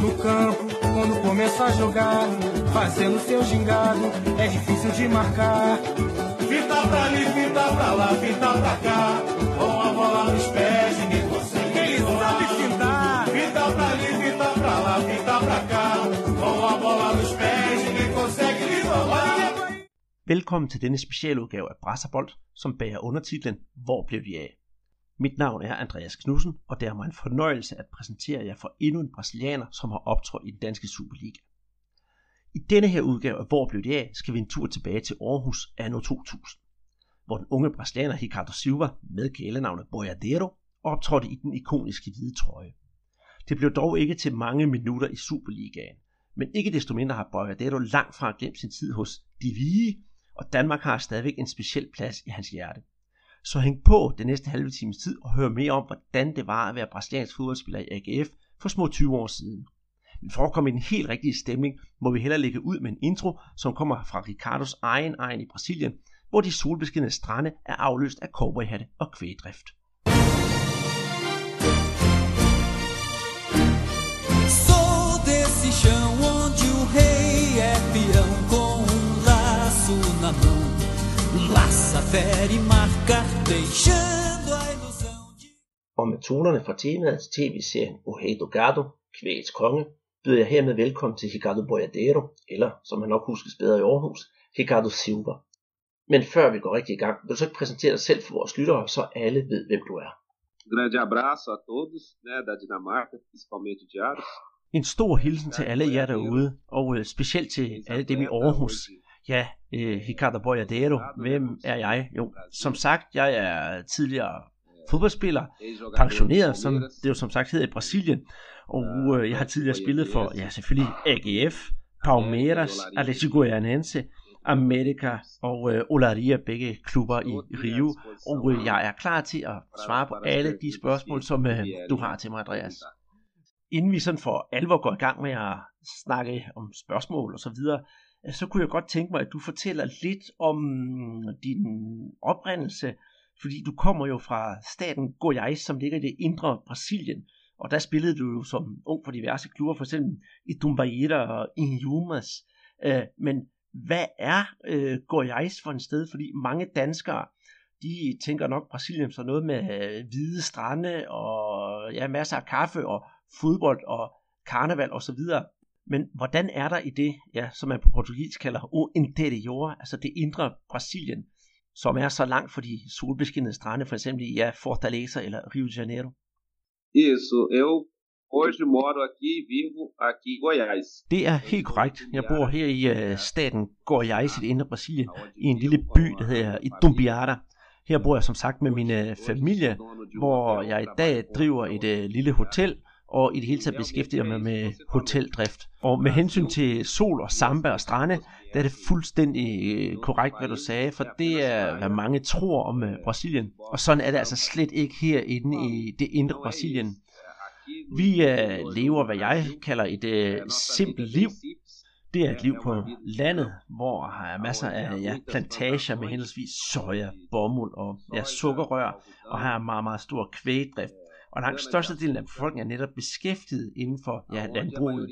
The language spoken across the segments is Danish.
No campo, quando começa a jogar, fazendo seu gingado, é difícil de marcar. Fita pra ali, fita pra lá, fita pra cá, com a bola nos pés, ninguém consegue. Ele sabe fintar. Fita pra ali, fita pra lá, fita pra cá, com a bola nos pés, ninguém consegue lhe roubar. Velkommen til denne specialudgave af Brasserbold, som bærer undertitlen Hvor blev vi af? Mit navn er Andreas Knudsen, og det er mig en fornøjelse at præsentere jer for endnu en brasilianer, som har optrådt i den danske Superliga. I denne her udgave af Hvor blev det af, skal vi en tur tilbage til Aarhus anno 2000, hvor den unge brasilianer Ricardo Silva med kælenavnet Boiadeiro optrådte i den ikoniske hvide trøje. Det blev dog ikke til mange minutter i Superligaen, men ikke desto mindre har Boiadeiro langt fra glemt sin tid hos De Hvide, og Danmark har stadigvæk en speciel plads i hans hjerte. Så hæng på den næste halve times tid og hør mere om, hvordan det var at være brasiliansk fodboldspiller i AGF for små 20 år siden. Men for at komme i den helt rigtige stemning, må vi hellere lægge ud med en intro, som kommer fra Ricardos egen i Brasilien, hvor de solbeskinnede strande er afløst af cowboyhatte og kvægdrift. Sou desse chão onde o rei é peão com laço na mão. Laça, fere, marca, deixando a ilusão de... Og med tonerne fra temaet til tv-serien O Rei do Gado, Kvægets Konge, byder jeg hermed velkommen til Ricardo Boiadeiro, eller som han nok huskes bedre i Aarhus, Ricardo Silva. Men før vi går rigtig i gang, vil du så ikke præsentere dig selv for vores lyttere, så alle ved, hvem du er. Grande abraço a todos, da Dinamarca, principalmente de Aros. En stor hilsen til alle jer derude, og specielt til alle dem i Aarhus. Ja, Ricardo Boiadeiro, hvem er jeg? Jo, som sagt, jeg er tidligere fodboldspiller, pensioneret, som det jo som sagt hedder i Brasilien, og jeg har tidligere spillet for, ja selvfølgelig AGF, Palmeiras, Atlético Goianiense, América og Olaria, begge klubber i Rio, og jeg er klar til at svare på alle de spørgsmål, som du har til mig, Andreas. Inden vi sådan for alvor går i gang med at snakke om spørgsmål og så videre, så kunne jeg godt tænke mig, at du fortæller lidt om din oprindelse, fordi du kommer jo fra staten Goiás, som ligger i det indre Brasilien, og der spillede du jo som ung for diverse klubber, for eksempel i Itumbiara og Inhumas. Men hvad er Goiás for en sted? Fordi mange danskere, de tænker nok Brasilien som noget med hvide strande og ja, masser af kaffe og fodbold og karneval og så videre. Men hvordan er der i det, ja, som man på portugisisk kalder o interior, altså det indre Brasilien, som er så langt fra de solbeskinnede strande, for eksempel i Fortaleza eller Rio de Janeiro? Isso, eu hoje moro aqui e vivo aqui em Goiás. Det er helt korrekt. Jeg bor her i staten Goiás i det indre Brasilien, i en lille by, der hedder Itumbiara. Her bor jeg som sagt med min familie, hvor jeg i dag driver et lille hotel, og i det hele taget beskæftiger mig med hoteldrift. Og med hensyn til sol og samba og strande, der er det fuldstændig korrekt, hvad du sagde, for det er, hvad mange tror om Brasilien. Og sådan er det altså slet ikke herinde i det indre Brasilien. Vi lever, hvad jeg kalder et simpelt liv. Det er et liv på landet, hvor der er masser af plantager med henholdsvis soja, bomuld og sukkerrør, og her er meget, meget stor kvægdrift. Og langt størstedelen af befolkningen er netop beskæftiget inden for landbruget.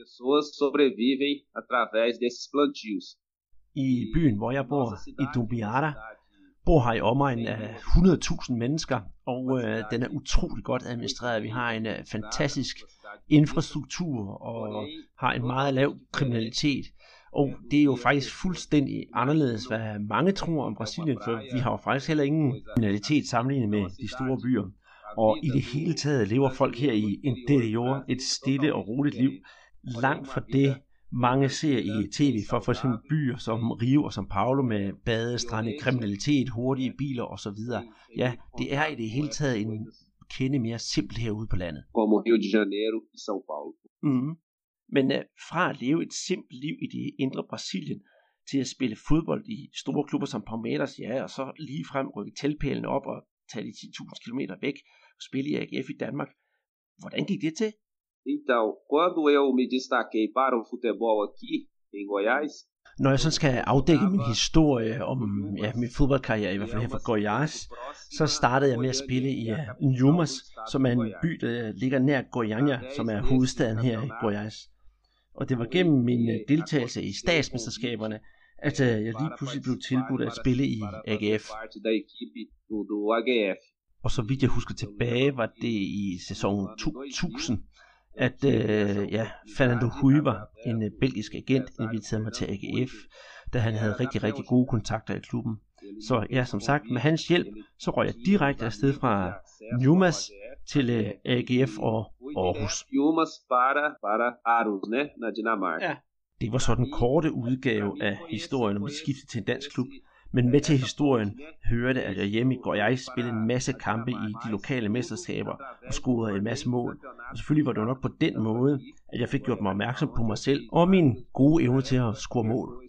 I byen, hvor jeg bor, i Itumbiara, bor her i omegnen af 100.000 mennesker, og den er utrolig godt administreret. Vi har en fantastisk infrastruktur og har en meget lav kriminalitet. Og det er jo faktisk fuldstændig anderledes, hvad mange tror om Brasilien, for vi har jo faktisk heller ingen kriminalitet sammenlignet med de store byer. Og i det hele taget lever folk her i interior et stille og roligt liv, langt fra det, mange ser i tv for eksempel byer som Rio og som Paulo med badestrande, kriminalitet, hurtige biler osv. Ja, det er i det hele taget en kende mere simpelt herude på landet. Como Rio de Janeiro e São Paulo. Men fra at leve et simpelt liv i det indre Brasilien, til at spille fodbold i store klubber som Palmeiras, ja, og så lige frem rykke teltpælene op og tage de 10.000 kilometer væk og spille i AGF i Danmark. Hvordan gik det til? Então, quando eu me destaquei para o futebol aqui em Goiás, Når jeg sådan skal afdække min historie om min fodboldkarriere, i hvert fald her for Goiás, så startede jeg med at spille i Nhumas, som er en by, der ligger nær Goiânia, som er hovedstaden her i Goiás. Og det var gennem min deltagelse i statsmesterskaberne, at jeg lige pludselig blev tilbudt at spille i AGF. Og så vidt jeg husker tilbage, var det i sæsonen 2000, at Fernando Huiver, en belgisk agent, inviterede mig til AGF, da han havde rigtig, rigtig gode kontakter i klubben. Så ja, som sagt, med hans hjælp, så røg jeg direkte afsted fra Nhumas til AGF og Aarhus. Ja, det var så den korte udgave af historien om at skifte til en dansk klub. Men med til historien hørte, at jeg hjemme i Goiás spillede en masse kampe i de lokale mesterskaber og scorede en masse mål. Og selvfølgelig var det nok på den måde, at jeg fik gjort mig opmærksom på mig selv og min gode evne til at score mål.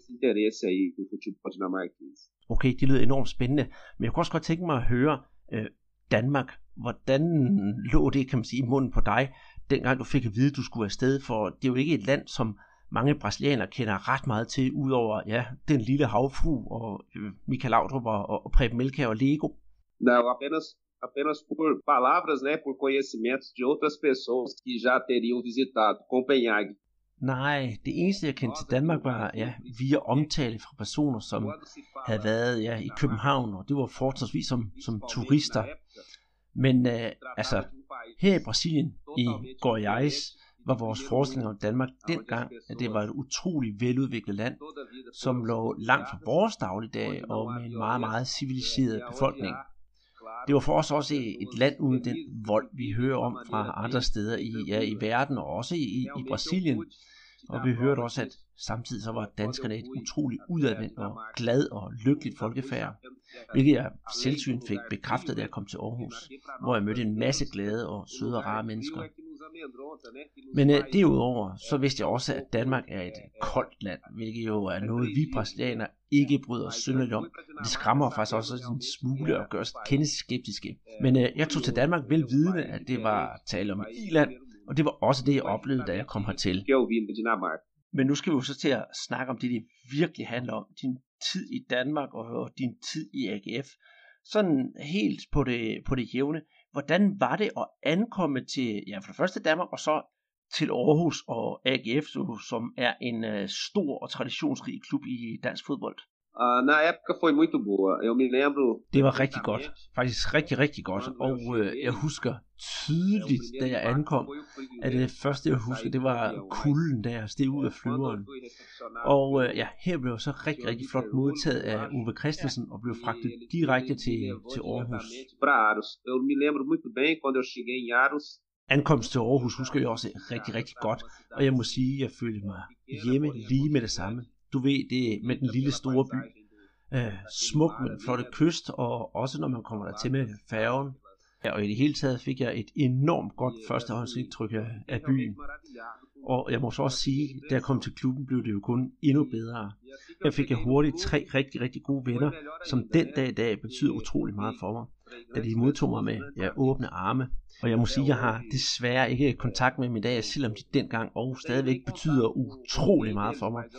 Okay, det lyder enormt spændende, men jeg kunne også godt tænke mig at høre Danmark. Hvordan lå det, kan man sige, i munden på dig, dengang du fik at vide, at du skulle afsted? For det er jo ikke et land, som mange brasilianere kender ret meget til, udover den lille havfru og Michael Laudrup og Preben Melkjær og Lego. Não, apenas por palavras, por conhecimentos de outras pessoas que já teriam visitado Copenhague. Nej, det eneste jeg kendte til Danmark var via omtale fra personer, som havde været i København, og det var fortrinsvis som turister. Men her i Brasilien, i Goiás, var vores forestilling om Danmark dengang, at det var et utroligt veludviklet land, som lå langt fra vores dagligdag og med en meget, meget civiliseret befolkning. Det var for os også et land uden den vold, vi hører om fra andre steder i verden og også i Brasilien. Og vi hørte også, at samtidig så var danskerne et utroligt udadvendt og glad og lykkeligt folkefærd, hvilket jeg selvsyn fik bekræftet, da jeg kom til Aarhus, hvor jeg mødte en masse glade og søde og rare mennesker. Men derudover så vidste jeg også, at Danmark er et koldt land, hvilket jo er noget, vi brasilianere ikke bryder os synderligt om. Det skræmmer faktisk også en smule og gør os kendeskeptiske. Men jeg tog til Danmark vel vidende, at det var tale om i-land, og det var også det, jeg oplevede, da jeg kom hertil. Men nu skal vi jo så til at snakke om det virkelig handler om. Din tid i Danmark og din tid i AGF. Sådan helt på det jævne. Hvordan var det at ankomme til, for det første Danmark, og så til Aarhus og AGF, som er en stor og traditionsrig klub i dansk fodbold? Na época foi muito boa. Eu me lembro. Det var rigtig godt. Faktisk rigtig, rigtig godt. Og jeg husker tydeligt, da jeg ankom, at det første, jeg husker, det var kulden, da jeg steg ud af flyveren. Og her blev jeg så rigtig, rigtig flot modtaget af Uwe Christensen og blev fragtet direkte til Aarhus. Eu me lembro muito bem quando eu cheguei em Aarhus. Ankomst til Aarhus husker jeg også rigtig, rigtig godt. Og jeg må sige, at jeg følte mig hjemme lige med det samme. Du ved, det med den lille store by. Smuk med den flotte kyst, og også når man kommer der til med færgen. Ja, og i det hele taget fik jeg et enormt godt førstehåndsindtryk af byen. Og jeg må så også sige, da jeg kom til klubben, blev det jo kun endnu bedre. Her fik jeg hurtigt 3 rigtig, rigtig gode venner, som den dag i dag betyder utrolig meget for mig, da de modtog mig med åbne arme. Og jeg må sige, at jeg har desværre ikke kontakt med dem i dag, selvom de dengang og stadigvæk betyder utrolig meget for mig.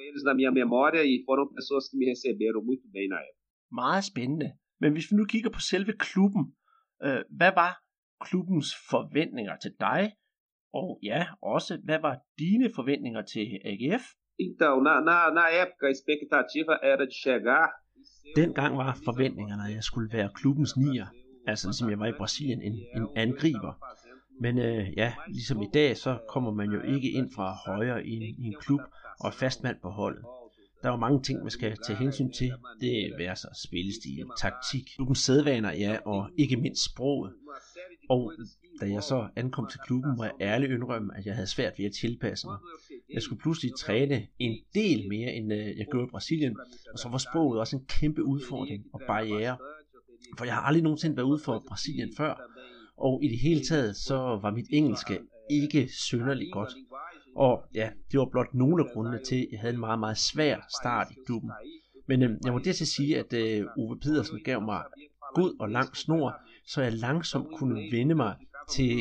Meget spændende. Men hvis vi nu kigger på selve klubben, hvad var klubbens forventninger til dig? Og også, hvad var dine forventninger til AGF? Então, na época, a expectativa era de chegar. Dengang var forventningerne, at jeg skulle være klubbens nier, altså ligesom jeg var i Brasilien, en angriber. Men ligesom i dag, så kommer man jo ikke ind fra højre i en klub og er fast mand på holdet. Der er jo mange ting, man skal tage hensyn til. Det være så spillestil, taktik, klubbens sædvaner, og ikke mindst sproget. Og da jeg så ankom til klubben, må jeg ærligt indrømme, at jeg havde svært ved at tilpasse mig. Jeg skulle pludselig træne en del mere, end jeg gjorde i Brasilien, og så var sproget også en kæmpe udfordring og barriere. For jeg har aldrig nogensinde været ude for Brasilien før, og i det hele taget, så var mit engelske ikke synderligt godt. Og det var blot nogle af grundene til, at jeg havde en meget, meget svær start i klubben. Men jeg må dertil sige, at Uwe Pedersen gav mig god og lang snor, så jeg langsomt kunne vende mig til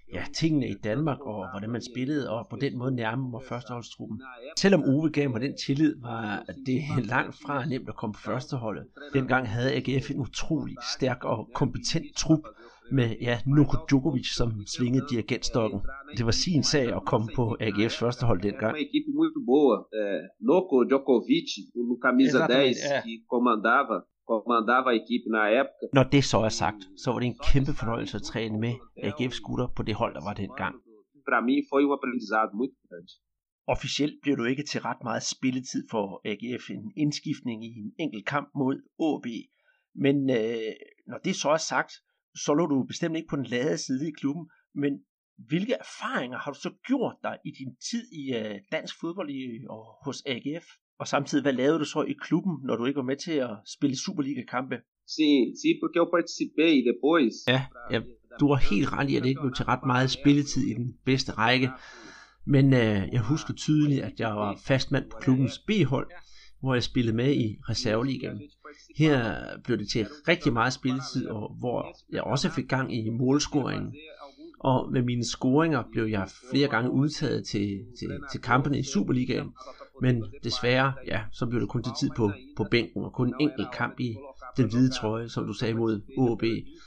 tingene i Danmark, og hvordan man spillede, og på den måde nærme mig førsteholdstruppen. Selvom Ove gav mig den tillid, var det langt fra nemt at komme på førsteholdet. Dengang havde AGF en utrolig stærk og kompetent trup, med Noko Djokovic som svingede dirigentstokken. Det var sin sag at komme på AGF's førstehold dengang. Uma equipe muito boa. Noko Djokovic, no camisa 10, que comandava a equipe na época. Når det så er sagt, så var det en kæmpe fornøjelse at træne med AGF's gutter på det hold, der var dengang. Para mim foi aprendizado muito grande. Officielt blev du ikke til ret meget spilletid for AGF, en indskiftning i en enkelt kamp mod AB. Men når det så er sagt, så lå du bestemt ikke på den lade side i klubben, men hvilke erfaringer har du så gjort dig i din tid i dansk fodbold og hos AGF? Og samtidig, hvad lavede du så i klubben, når du ikke var med til at spille Superliga-kampe? Sim, porque eu participei depois. Ja, du har helt ret i, at det ikke blev til ret meget spilletid i den bedste række. Men jeg husker tydeligt, at jeg var fastmand på klubbens B-hold, hvor jeg spillede med i reserveligaen. Her blev det til rigtig meget spilletid, og hvor jeg også fik gang i målscoringen. Og med mine scoringer blev jeg flere gange udtaget til kampene i Superligaen. Men desværre, så blev det kun til tid på bænken, og kun en enkelt kamp i den hvide trøje, som du sagde, mod AB.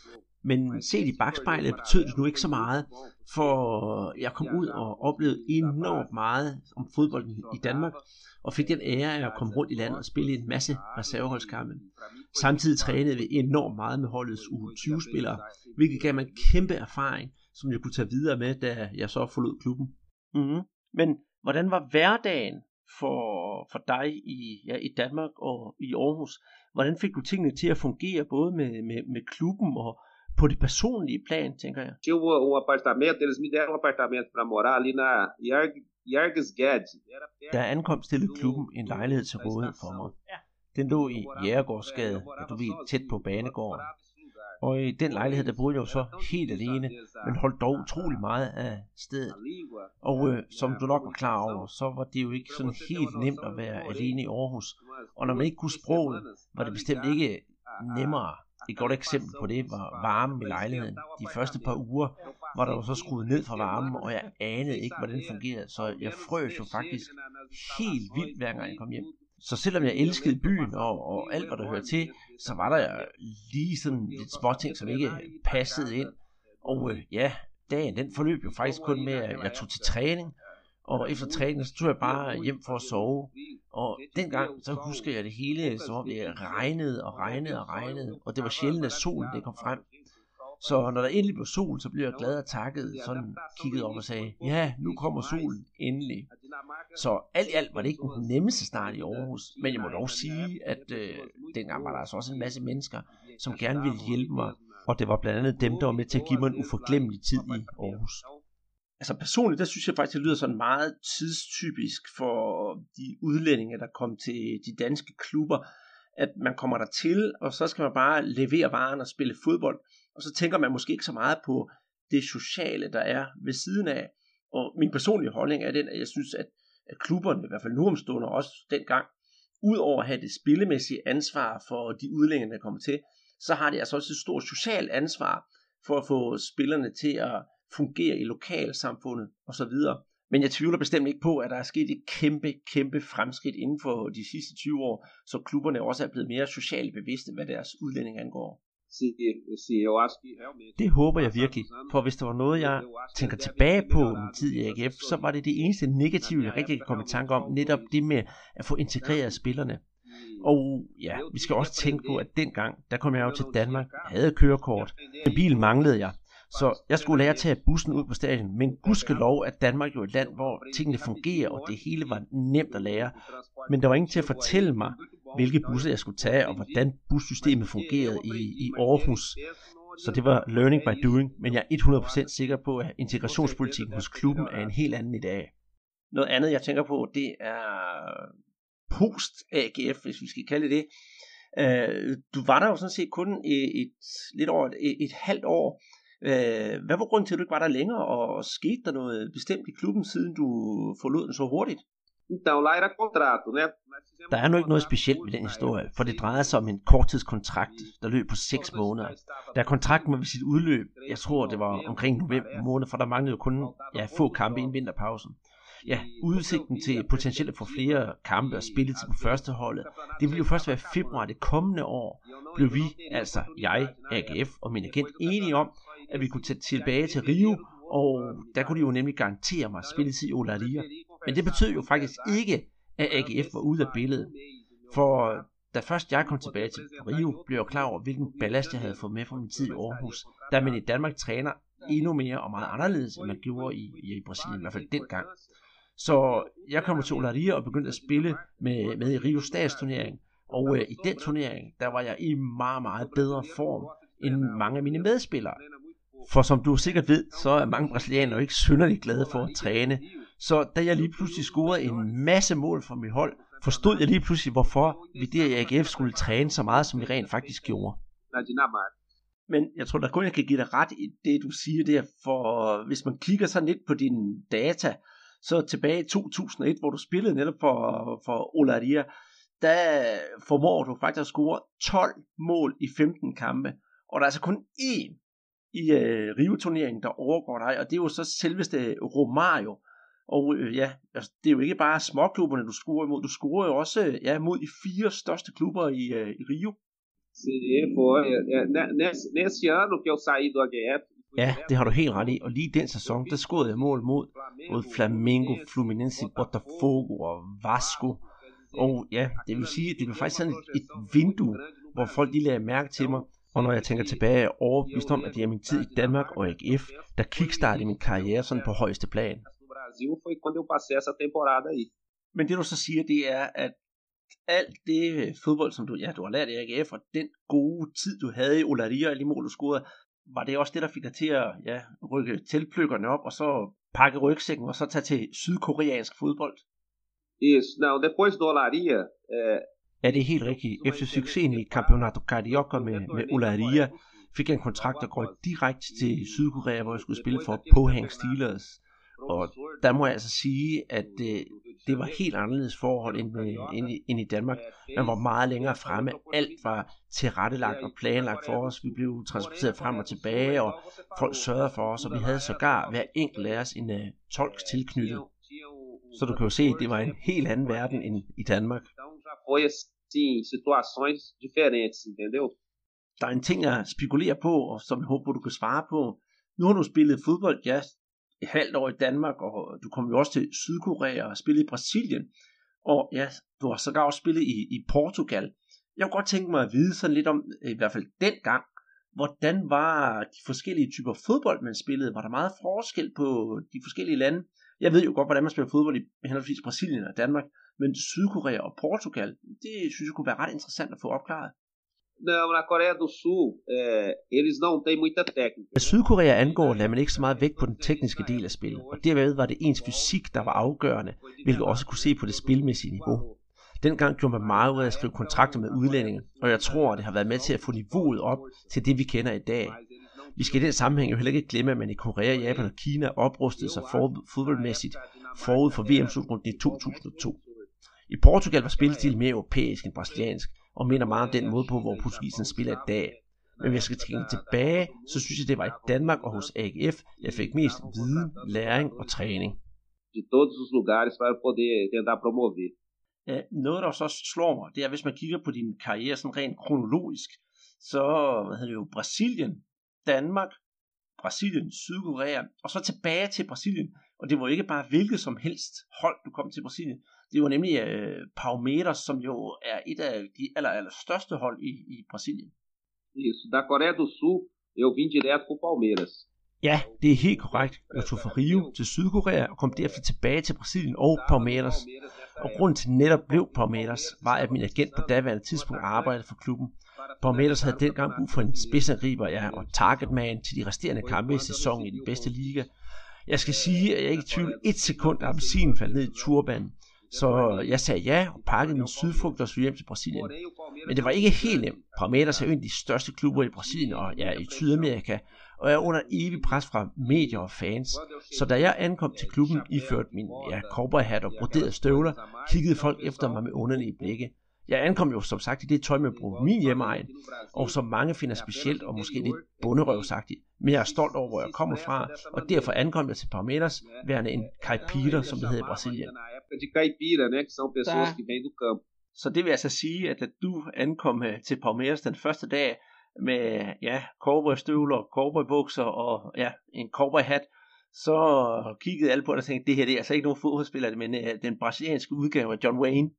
Men set i bagspejlet betød det nu ikke så meget, for jeg kom ud og oplevede enormt meget om fodbolden i Danmark, og fik den ære af at komme rundt i landet og spille en masse reserveholdskampe. Samtidig trænede vi enormt meget med holdets U20-spillere, hvilket gav mig en kæmpe erfaring, som jeg kunne tage videre med, da jeg så forlod klubben. Mm-hmm. Men hvordan var hverdagen for dig i Danmark og i Aarhus? Hvordan fik du tingene til at fungere både med klubben og på det personlige plan, tænker jeg? Apartamento, eles me deram apartamento para morar ali na Jergesgade. Der ankom stillede klubben en lejlighed til rådighed for mig. Den lå i Jægergårdsgade, du ved, tæt på banegården. Og i den lejlighed, der boede jeg jo så helt alene, men holdt dog utrolig meget af stedet. Og som du nok var klar over, så var det jo ikke sådan helt nemt at være alene i Aarhus. Og når man ikke kunne sproget, var det bestemt ikke nemmere. Et godt eksempel på det var varmen i lejligheden. De første par uger var der jo så skruet ned for varmen, og jeg anede ikke, hvordan det fungerede. Så jeg frøs jo faktisk helt vildt, hver gang jeg kom hjem. Så selvom jeg elskede byen og alt, hvad der hørte til, så var der lige sådan lidt småting, som ikke passede ind. Og dagen den forløb jo faktisk kun med, at jeg tog til træning. Og efter træningen, så tog jeg bare hjem for at sove. Og dengang, så husker jeg det hele, som om det regnede. Og det var sjældent, at solen det kom frem. Så når der endelig blev sol, så blev jeg glad og takket, sådan kiggede op og sagde, ja, nu kommer solen endelig. Så alt i alt var det ikke den nemmeste start i Aarhus, men jeg må dog sige, at dengang var der altså også en masse mennesker, som gerne ville hjælpe mig, og det var blandt andet dem, der var med til at give mig en uforglemmelig tid i Aarhus. Altså personligt, der synes jeg faktisk, det lyder sådan meget tidstypisk for de udlændinge, der kom til de danske klubber, at man kommer der til, og så skal man bare levere varen og spille fodbold, og så tænker man måske ikke så meget på det sociale, der er ved siden af. Og min personlige holdning er den, at jeg synes, at klubberne, i hvert fald nu omstående også dengang, udover at have det spillemæssige ansvar for de udlændinge, der kommer til, så har det altså også et stort socialt ansvar for at få spillerne til at fungere i lokalsamfundet osv. Men jeg tvivler bestemt ikke på, at der er sket et kæmpe fremskridt inden for de sidste 20 år, så klubberne også er blevet mere socialt bevidste, hvad deres udlænding angår. Det håber jeg virkelig, for hvis der var noget, jeg tænker tilbage på min tid i AGF, så var det eneste negative, jeg rigtig kan komme i tanke om, netop det med at få integreret spillerne. Og ja, vi skal også tænke på, at dengang, der kom jeg jo til Danmark, havde kørekort, men bilen manglede jeg. Så jeg skulle lære at tage bussen ud på stadion, men gudskelov, at Danmark jo er et land, hvor tingene fungerer, og det hele var nemt at lære. Men der var ingen til at fortælle mig, hvilke busser jeg skulle tage, og hvordan bussystemet fungerede i Aarhus. Så det var learning by doing, men jeg er 100% sikker på, at integrationspolitikken hos klubben er en helt anden i dag. Noget andet, jeg tænker på, det er post-AGF, hvis vi skal kalde det. Du var der jo sådan set kun lidt over et halvt år. Hvad var grunden til, at du ikke var der længere, og skete der noget bestemt i klubben, siden du forlod den så hurtigt? Então, lá era contrato, né? Der er nu ikke noget specielt ved den historie, for det drejede sig om en korttidskontrakt, der løb på 6 måneder. Da kontrakten var ved sit udløb, jeg tror det var omkring november måned, for der manglede jo kun få kampe inden vinterpausen. Ja, udsigten til potentielt at få flere kampe og spilletid på førsteholdet, det ville jo først være i februar det kommende år, blev vi, altså jeg, AGF og min agent, enige om, at vi kunne tage tilbage til Rio, og der kunne de jo nemlig garantere mig spilletid i Olaria. Men det betød jo faktisk ikke, at AGF var ude af billedet. For da først jeg kom tilbage til Rio, blev jeg klar over, hvilken ballast jeg havde fået med fra min tid i Aarhus, da man i Danmark træner endnu mere og meget anderledes, end man gjorde i Brasilien, i hvert fald dengang. Så jeg kom til Olaria og begyndte at spille med i Rio statsturnering, og i den turnering, der var jeg i meget, meget bedre form end mange af mine medspillere. For som du sikkert ved, så er mange brasilianere ikke synderligt glade for at træne. Så da jeg lige pludselig scorede en masse mål for mit hold, forstod jeg lige pludselig, hvorfor vi der i AGF skulle træne så meget, som vi rent faktisk gjorde. Men jeg tror da kun, jeg kan give dig ret i det, du siger der, for hvis man kigger sådan lidt på dine data, så tilbage i 2001, hvor du spillede netop for Olaria, der formår du faktisk at score 12 mål i 15 kampe, og der er altså kun én i Rio-turneringen, der overgår dig, og det er jo så selveste Romario. Og altså, det er jo ikke bare småklubberne, du scorer imod, du scorer jo også mod de 4 største klubber i Rio. Nesse ano que eu saí do AGF. Ja, det har du helt ret i, og lige den sæson, der scorede jeg mål mod Flamengo, Fluminense, Botafogo og Vasco. Og ja, det vil sige, det var faktisk sådan et vindue, hvor folk lige lagde mærke til mig. Og når jeg tænker tilbage, er jeg overbevist om, at det er min tid i Danmark og AGF, der kickstartede min karriere sådan på højeste plan. Men det du så siger, det er, at alt det fodbold, som du har lært i AGF, og den gode tid, du havde i Olaria, og lige mål, du scorede, var det også det, der fik dig til at rykke teltpløkkerne op, og så pakke rygsækken, og så tage til sydkoreansk fodbold? Depois do Olaria... Ja, det er helt rigtigt. Efter succesen i Campeonato Carioca med Olaria, fik jeg en kontrakt, der går direkte til Sydkorea, hvor jeg skulle spille for Pohang Steelers. Og der må jeg altså sige, at det var helt anderledes forhold end i Danmark. Man var meget længere fremme. Alt var tilrettelagt og planlagt for os. Vi blev transporteret frem og tilbage, og folk sørgede for os, og vi havde sågar hver enkelt af os en tolk tilknyttet. Så du kan jo se, at det var en helt anden verden end i Danmark. Situações diferentes, entendeu? Der er en ting, jeg spekulerer på, og som jeg håber, du kan svare på. Nu har du spillet fodbold, et halvt år i Danmark, og du kom jo også til Sydkorea og spillet i Brasilien. Og ja, du har sågar også spillet i Portugal. Jeg kunne godt tænke mig at vide sådan lidt om, i hvert fald dengang, hvordan var de forskellige typer fodbold, man spillede? Var der meget forskel på de forskellige lande? Jeg ved jo godt, hvordan man spiller fodbold i henholdsvis Brasilien og Danmark, men Sydkorea og Portugal, det synes jeg kunne være ret interessant at få opklaret. Não, na Coreia do Sul, eles não têm muita técnica. Hvad Sydkorea angår, lader man ikke så meget vægt på den tekniske del af spillet, og derved var det ens fysik, der var afgørende, hvilket også kunne se på det spilmæssige niveau. Dengang gjorde man meget ud af at skrive kontrakter med udlændinge, og jeg tror, det har været med til at få niveauet op til det, vi kender i dag. Vi skal i den sammenhæng jo heller ikke glemme, at man i Korea, Japan og Kina oprustede sig fodboldmæssigt forud for VM-slutrunden i 2002. I Portugal var spillestilen mere europæisk end brasiliansk, og minder meget om den måde på, hvor portugiserne spiller i dag. Men hvis jeg skal tænke tilbage, så synes jeg, det var i Danmark og hos AGF, jeg fik mest viden, læring og træning. De todos os lugares para poder tentar promover. Ja, noget, der så slår mig, det er, hvis man kigger på din karriere sådan rent kronologisk, så det jo Brasilien, Danmark, Brasilien, Sydkorea, og så tilbage til Brasilien. Og det var ikke bare hvilket som helst hold, du kom til Brasilien. Det var nemlig Palmeiras, som jo er et af de aller største hold i Brasilien. Isso, da Coreia do Sul, eu vim direto pro Palmeiras. Ja, det er helt korrekt. Jeg tog fra Rio til Sydkorea og kom derefter tilbage til Brasilien og Palmeiras. Og grunden til netop blev Palmeiras, var at min agent på daværende tidspunkt arbejdede for klubben. Palmeiras havde dengang brug for en spidsangriber og targetman til de resterende kampe i sæsonen i den bedste liga. Jeg skal sige, at jeg ikke i tvivl 1 sekund, da appelsinen faldt ned i turbanen. Så jeg sagde ja og pakkede min sydfrugt og svøg hjem til Brasilien. Men det var ikke helt nemt. Palmeiras er jo en af de største klubber i Brasilien og i Sydamerika. og er under evig pres fra medier og fans. Så da jeg ankom til klubben, iført min cowboyhat og broderede støvler, kiggede folk efter mig med underlige blikke. Jeg ankom jo som sagt i det tøj, man bruger min hjemmeegn, og som mange finder specielt og måske lidt bunderøvsagtigt. Men jeg er stolt over, hvor jeg kommer fra, og derfor ankom jeg til Palmeiras, værende en caipira, som det hedder i Brasilien. Så det vil altså sige, at da du ankom til Palmeiras den første dag med cowboystøvler, cowboybukser og en cowboyhat, så kiggede alle på dig og tænkte, det her det er altså ikke nogen fodboldspiller, men den brasilianske udgave af John Wayne.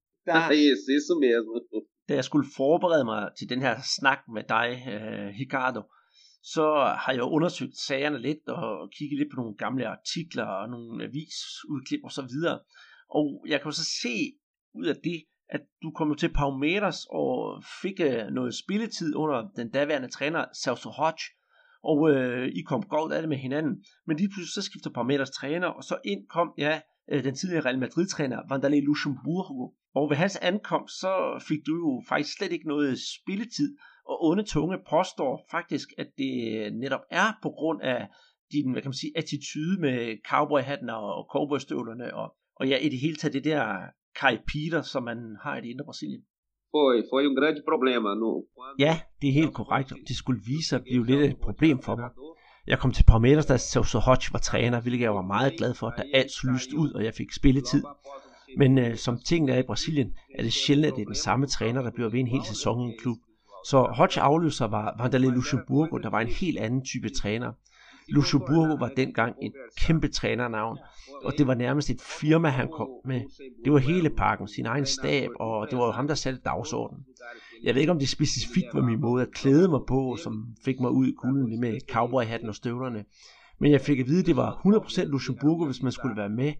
Isso mesmo. Da jeg skulle forberede mig til den her snak med dig, Ricardo, så har jeg undersøgt sagerne lidt og kigget lidt på nogle gamle artikler og nogle avisudklip og så videre. Og jeg kan så se ud af det, at du kom til Palmeiras og fik noget spilletid under den daværende træner Celso Roth, og I kom godt af det med hinanden. Men lige pludselig så skifter Palmeiras træner, og så ind kom den tidligere Real Madrid-træner Vanderlei Luxemburgo. Og ved hans ankomst, så fik du jo faktisk slet ikke noget spilletid, og onde tunge påstår faktisk, at det netop er på grund af din, attitude med cowboyhatten og cowboystøvlerne, og i det hele taget det der caipira, som man har i det indre Brasilien. Foi grande problema. Ja, det er helt korrekt. Det skulle vise sig at blive lidt et problem for mig. Jeg kom til Palmeiras, da Celso Roth var træner, hvilket jeg var meget glad for, da alt lyste ud, og jeg fik spilletid. Men som tingene er i Brasilien, er det sjældent, at det er den samme træner, der bliver ved en hel sæson i en klub. Så Roth afløser var Vanderlei Luxemburgo, der var en helt anden type træner. Luxemburgo var dengang et kæmpe trænernavn, og det var nærmest et firma, han kom med. Det var hele pakken, sin egen stab, og det var jo ham, der satte dagsordenen. Jeg ved ikke, om det specifikt var min måde at klæde mig på, som fik mig ud i kulden med cowboyhatten og støvlerne. Men jeg fik at vide, at det var 100% Luxemburgo, hvis man skulle være med.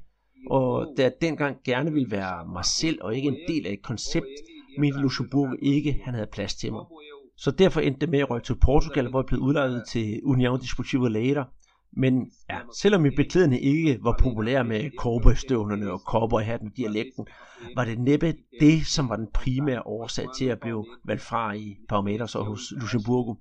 Og da jeg dengang gerne ville være mig selv og ikke en del af et koncept, mente Luxemburgo ikke, han havde plads til mig. Så derfor endte det med at rykke til Portugal, hvor jeg blev udlejet til União Desportiva Lleida. Men selvom min beklædning ikke var populær med cowboystøvlerne og cowboyhatten og dialekten, var det næppe det, som var den primære årsag til at blive valgt fra i Palmeiras og hos Luxemburgo.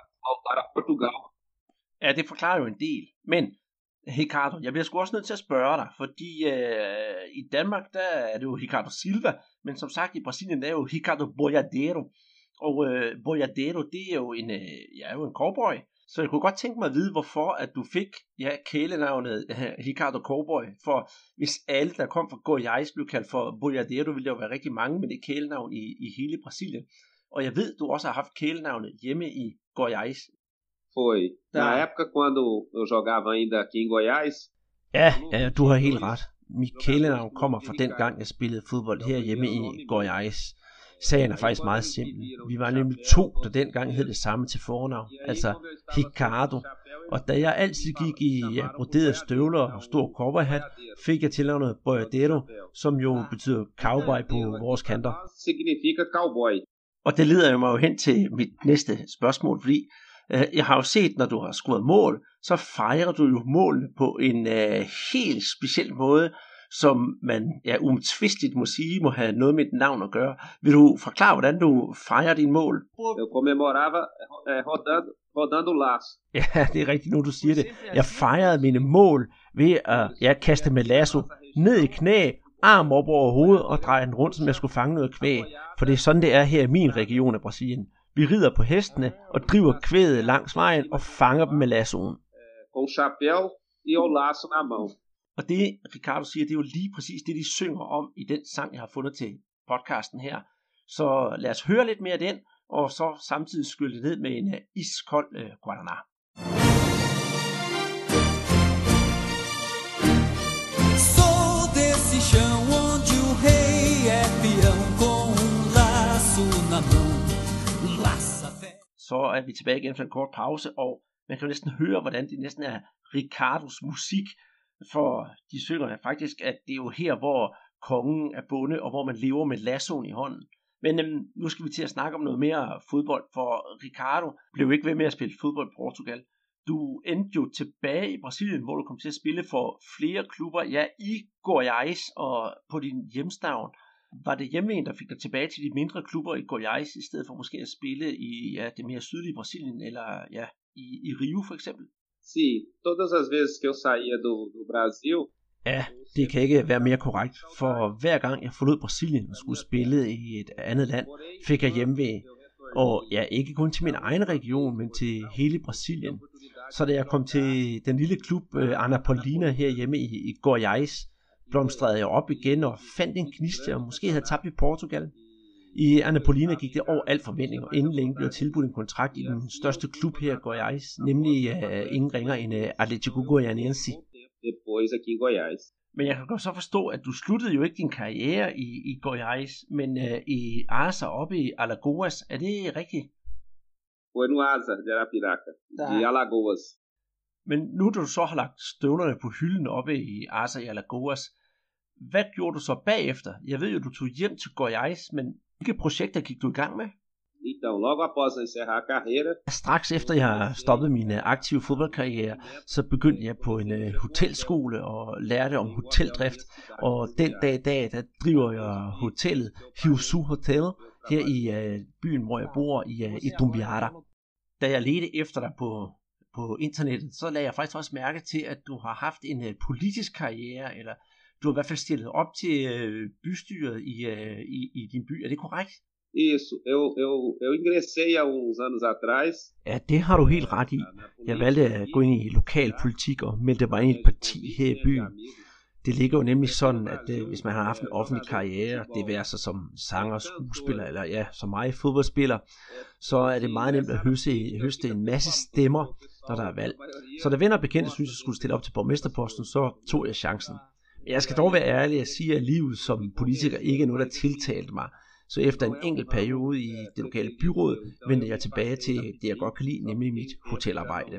Ja, det forklarer jo en del. Men Ricardo, jeg bliver sgu også nødt til at spørge dig, fordi i Danmark, der er det jo Ricardo Silva, men som sagt i Brasilien, der er jo Ricardo Boiadeiro. Og Boiadeiro, det er jo en cowboy. Så jeg kunne godt tænke mig at vide, hvorfor at du fik kælenavnet Ricardo Cowboy. For hvis alle, der kom fra Goiás, blev kaldt for Boiadeiro, ville der jo være rigtig mange med det kælenavn i hele Brasilien. Og jeg ved, du også har haft kælenavnet hjemme i Goiás. Foi. Na época, quando eu jogava ainda aqui em Goiás. Ja, du har helt ret. Mit kælenavn kommer fra den gang, jeg spillede fodbold herhjemme i Goiás. Sagen er faktisk meget simpel. Vi var nemlig to, der dengang hed det samme til fornavn, altså Ricardo. Og da jeg altid gik i broderede støvler og stor cowboyhat, fik jeg tilnavnet Boiadeiro, som jo betyder cowboy på vores kanter. Significa cowboy. Og det leder mig jo hen til mit næste spørgsmål, fordi jeg har jo set, når du har scoret mål, så fejrer du jo målene på en helt speciel måde, som man umtvisteligt må sige, må have noget med et navn at gøre. Vil du forklare, hvordan du fejrer dine mål? Eu comemorava rodando o laço. Ja, det er rigtigt nu, du siger det. Jeg fejrede mine mål ved at kaste med lasso ned i knæ, arm op over hovedet og dreje den rundt, som jeg skulle fange noget kvæg. For det er sådan, det er her i min region af Brasilien. Vi rider på hestene og driver kvæget langs vejen og fanger dem med lassoen. Com chapéu e o laço na mão. Og det, Ricardo siger, det er jo lige præcis det, de synger om i den sang, jeg har fundet til podcasten her. Så lad os høre lidt mere af den, og så samtidig skylle ned med en iskold Guaraná. Sou desse chão onde o rei é peão com laço na mão. Så er vi tilbage igen efter en kort pause, og man kan jo næsten høre, hvordan det næsten er Ricardos musik. For de synger faktisk, at det er jo her, hvor kongen er bonde, og hvor man lever med lassoen i hånden. Men nu skal vi til at snakke om noget mere fodbold, for Ricardo blev ikke ved med at spille fodbold i Portugal. Du endte jo tilbage i Brasilien, hvor du kom til at spille for flere klubber, i Goiás og på din hjemstavn. Var det hjemven, der fik dig tilbage til de mindre klubber i Goiás, i stedet for måske at spille i det mere sydlige Brasilien, eller i Rio for eksempel? Sim, todas as vezes que eu saía do Brasil. Ja, det kan ikke være mere korrekt, for hver gang jeg forlod Brasilien og skulle spille i et andet land, fik jeg hjemvej. Og ja, ikke kun til min egen region, men til hele Brasilien. Så da jeg kom til den lille klub Anapolina herhjemme i Goiás, blomstrede jeg op igen og fandt en gnist, jeg måske havde tabt i Portugal. I Anapolina gik det over al forventning, og inden længe blev jeg tilbudt en kontrakt i den største klub her i Goiás, nemlig ingen ringer end Atlético Goianiense. Men jeg kan godt så forstå, at du sluttede jo ikke din karriere i Goiás, men i Asa oppe i Alagoas. Er det rigtigt? Foi no Asa de Arapiraca, de Alagoas. Men nu du så har lagt støvlerne på hylden oppe i Asa i Alagoas, hvad gjorde du så bagefter? Jeg ved jo, du tog hjem til Goiás, men hvilke projekter gik du i gang med? Então, logo após encerrar a carreira. Straks efter jeg stoppede min aktive fodboldkarriere, så begyndte jeg på en hotelskole og lærte om hoteldrift. Og den dag i dag, der driver jeg hotellet Hiusu Hotel her i byen, hvor jeg bor i Dumbiara. Da jeg ledte efter dig på internettet, så lagde jeg faktisk også mærke til, at du har haft en politisk karriere, eller du har i hvert fald stillet op til bystyret i din by. Er det korrekt? Isso, eu ingressei há uns anos atrás. Ja, det har du helt ret i. Jeg valgte at gå ind i lokalpolitik og meldte mig ind i et parti her i byen. Det ligger jo nemlig sådan, at hvis man har haft en offentlig karriere, det vil sig som sanger, skuespiller eller ja, som mig fodboldspiller, så er det meget nemt at høste en masse stemmer, når der er valg. Så da venner og bekendte synes, jeg skulle stille op til borgmesterposten, så tog jeg chancen. Jeg skal dog være ærlig at sige, at livet som politiker ikke er noget, der tiltalte mig. Så efter en enkelt periode i det lokale byråd, vendte jeg tilbage til det, jeg godt kan lide, nemlig mit hotelarbejde.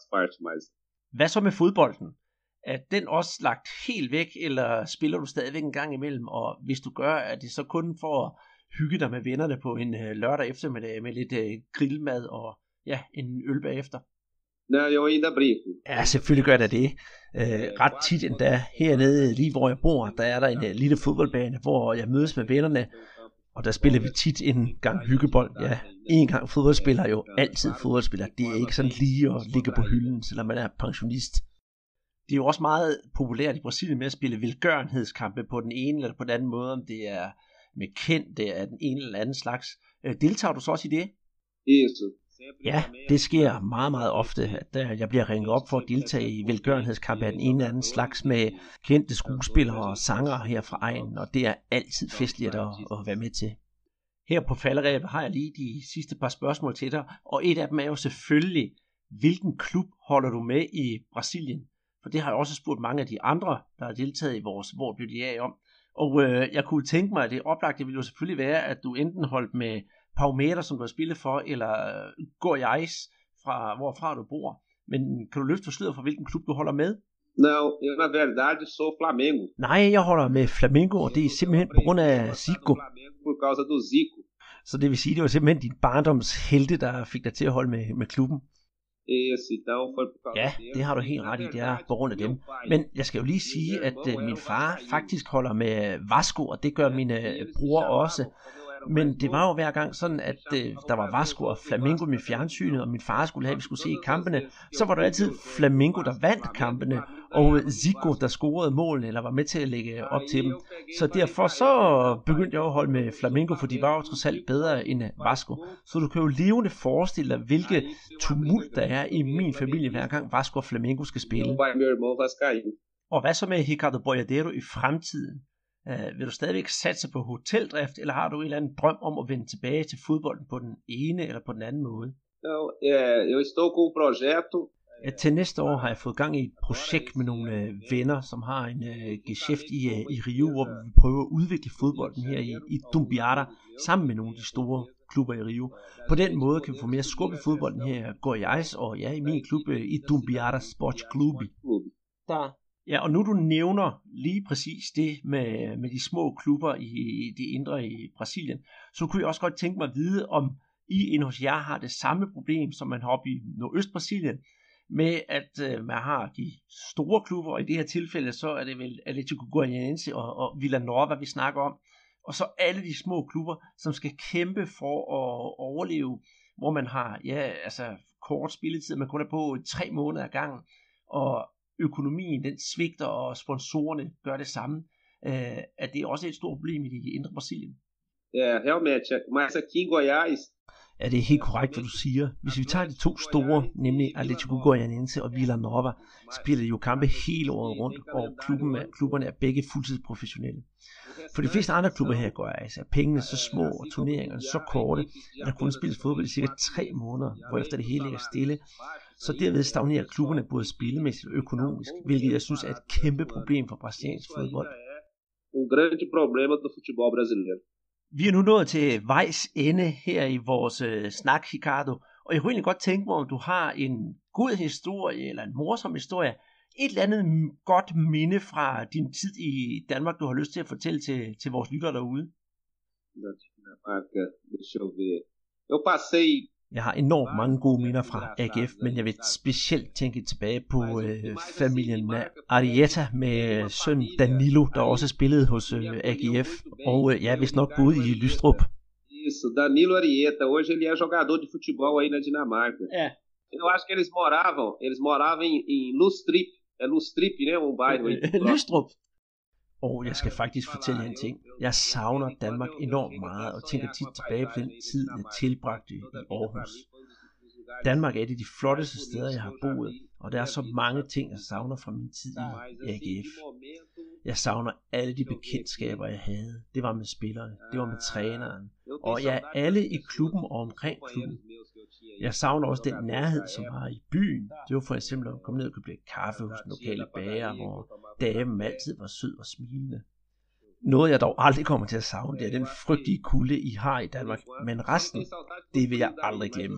Hvad så med fodbolden? Er den også lagt helt væk, eller spiller du stadigvæk en gang imellem? Og hvis du gør, er det så kun for at hygge dig med vennerne på en lørdag eftermiddag med lidt grillmad og ja, en øl bagefter? Nej, eu ainda brinco. Ja, selvfølgelig gør jeg det. Ret tit endda hernede, lige hvor jeg bor, der er der en lille fodboldbane, hvor jeg mødes med vennerne. Og der spiller vi tit en gang hyggebold. Ja, en gang fodboldspiller jo altid fodboldspiller. Det er ikke sådan lige at ligge på hylden, selvom man er pensionist. Det er jo også meget populært i Brasilien med at spille velgørenhedskampe på den ene eller på den anden måde, om det er med kendte af den ene eller anden slags. Deltager du så også i det? Isso. Ja, det sker meget, meget ofte, at jeg bliver ringet op for at deltage i velgørenhedskampe af den ene eller anden slags med kendte skuespillere og sangere her fra egnen, og det er altid festligt at være med til. Her på falderebet har jeg lige de sidste par spørgsmål til dig, og et af dem er jo selvfølgelig, hvilken klub holder du med i Brasilien? For det har jeg også spurgt mange af de andre, der har deltaget i vores Hvor blev de af om. Og jeg kunne tænke mig, at det oplagte ville jo selvfølgelig være, at du enten holdt med Palmeiras, som du har spillet for, eller Goiás, hvorfra du bor. Men kan du løfte sløret for, hvilken klub du holder med? Não, eu na verdade sou Flamengo. Nej, jeg holder med Flamengo, og det er simpelthen på grund af Zico. Por causa do Zico. Så det vil sige, det var simpelthen din barndoms helte, der fik dig til at holde med klubben. Ja, det har du helt ret i, det er på grund af dem. Men jeg skal jo lige sige, at min far faktisk holder med Vasco, og det gør mine bror også. Men det var jo hver gang sådan, at der var Vasco og Flamengo med fjernsynet, og min far skulle have, at vi skulle se kampene. Så var der altid Flamengo, der vandt kampene, og Zico, der scorede målene, eller var med til at lægge op til dem. Så derfor så begyndte jeg at holde med Flamengo, for de var jo trods alt bedre end Vasco. Så du kan jo levende forestille dig, hvilke tumult der er i min familie, hver gang Vasco og Flamengo skal spille. Og hvad så med Ricardo Boiadeiro i fremtiden? Vil du stadigvæk satse på hoteldrift, eller har du en eller anden drøm om at vende tilbage til fodbolden på den ene eller på den anden måde? Eu estou com um projeto. Til næste år har jeg fået gang i et projekt med nogle venner, som har en geschæft i Rio, hvor vi vil prøve at udvikle fodbolden her i Dumbiara, sammen med nogle af de store klubber i Rio. På den måde kan vi få mere skub i fodbolden her i Goiás, og ja, i min klub i Dumbiara Sports Club. Ja, og nu du nævner lige præcis det med de små klubber i det indre i Brasilien, så kunne jeg også godt tænke mig at vide, om I inde hos jer har det samme problem, som man har oppe i Nordøst-Brasilien, med at man har de store klubber, og i det her tilfælde, så er det vel Atlético Goianiense og Vila Nova, vi snakker om, og så alle de små klubber, som skal kæmpe for at overleve, hvor man har kort spilletid, man kun er på 3 måneder ad gangen, og økonomien den svigter, og sponsorerne gør det samme, at det er også et stort problem i det indre Brasilien. Ja, realmente, mas aqui em Goiás. Ja, det er helt korrekt, hvad du siger. Hvis vi tager de to store, nemlig Atlético Goianiense og Vila Nova, spiller de jo kampe hele året rundt, og klubberne er begge fuldtidsprofessionelle. For de fleste andre klubber her i Goiás er pengene så små, og turneringerne så korte, at der kun spilles fodbold i cirka 3 måneder, hvorefter det hele ligger stille. Så derved stagnerer klubberne både spillemæssigt og økonomisk, hvilket jeg synes er et kæmpe problem for brasiliansk fodbold. Grande problema do futebol brasileiro. Vi er nu nået til vejs ende her i vores snak, Ricardo, og jeg kunne egentlig godt tænke mig, om du har en god historie eller en morsom historie, et eller andet godt minde fra din tid i Danmark, du har lyst til at fortælle til vores lyttere derude. Jeg har enormt mange gode minder fra AGF, men jeg vil specielt tænke tilbage på familien Arieta med søn Danilo, der også spillede hos AGF, og vist nok boede i Lystrup. Isso, Danilo Arieta. Hoje ele er jogador de futebol aí na Dinamarca. Ja. Eu acho que eles moravam em Lustrip. É Lustrip, né? Bairro aí. Lystrup. Og jeg skal faktisk fortælle jer en ting. Jeg savner Danmark enormt meget, og tænker tit tilbage på den tid, jeg tilbragte i Aarhus. Danmark er et af de flotteste steder, jeg har boet, og der er så mange ting, jeg savner fra min tid i AGF. Jeg savner alle de bekendtskaber, jeg havde. Det var med spillerne, det var med træneren, og alle i klubben og omkring klubben. Jeg savner også den nærhed, som var i byen. Det var for eksempel at komme ned og købe kaffe hos den lokale bager, hvor damen altid var sød og smilende. Noget jeg dog aldrig kommer til at savne, det er den frygtelige kulde, I har i Danmark. Men resten, det vil jeg aldrig glemme.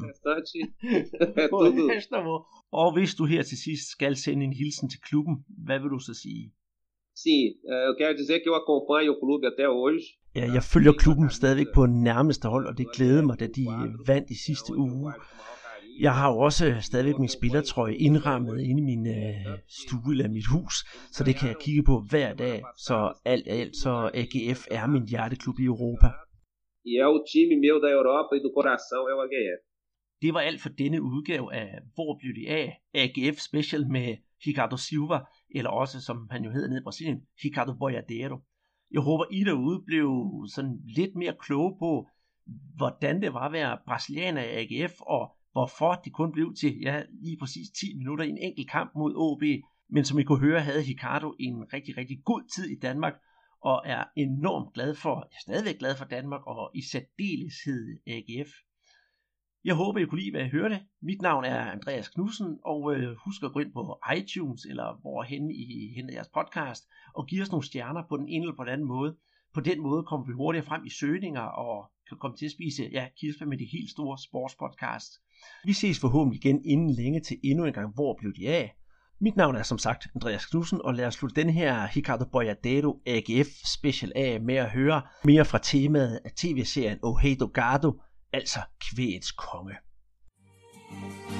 Og hvis du her til sidst skal sende en hilsen til klubben, hvad vil du så sige? Sim, eu quero dizer que eu acompanho o clube até hoje. Ja, jeg følger klubben stadigvæk på nærmeste hold, og det glæder mig, da de vandt i sidste uge. Jeg har jo også stadigvæk min spillertrøje indrammet inde i min stue eller mit hus, så det kan jeg kigge på hver dag. Så alt, så AGF er min hjerteklub i Europa. E é o time meu da Europa e do coração é o AGF. Det var alt for denne udgave af Hvor blev de af? AGF Special med Ricardo Silva, eller også, som han jo hedder nede i Brasilien, Ricardo Boiadeiro. Jeg håber, I derude blev sådan lidt mere kloge på, hvordan det var at være brasilianer i AGF, og hvorfor de kun blev til, lige præcis 10 minutter i en enkelt kamp mod OB. Men som I kunne høre, havde Ricardo en rigtig, rigtig god tid i Danmark, og er enormt glad for, jeg er stadigvæk glad for Danmark, og i særdeleshed AGF. Jeg håber, I kunne lide, hvad I hørte. Mit navn er Andreas Knudsen, og husk at gå ind på iTunes, eller hvorhen I henter jeres podcast, og give os nogle stjerner på den ene eller på den anden måde. På den måde kommer vi hurtigere frem i søgninger, og kan komme til at spise kirsebær med de helt store sportspodcast. Vi ses forhåbentlig igen inden længe til endnu en gang, Hvor blev de af? Mit navn er som sagt Andreas Knudsen, og lad os slutte den her Ricardo Boiadeiro AGF special af med at høre mere fra temaet af tv-serien O Rei do Gado, altså kvægets konge.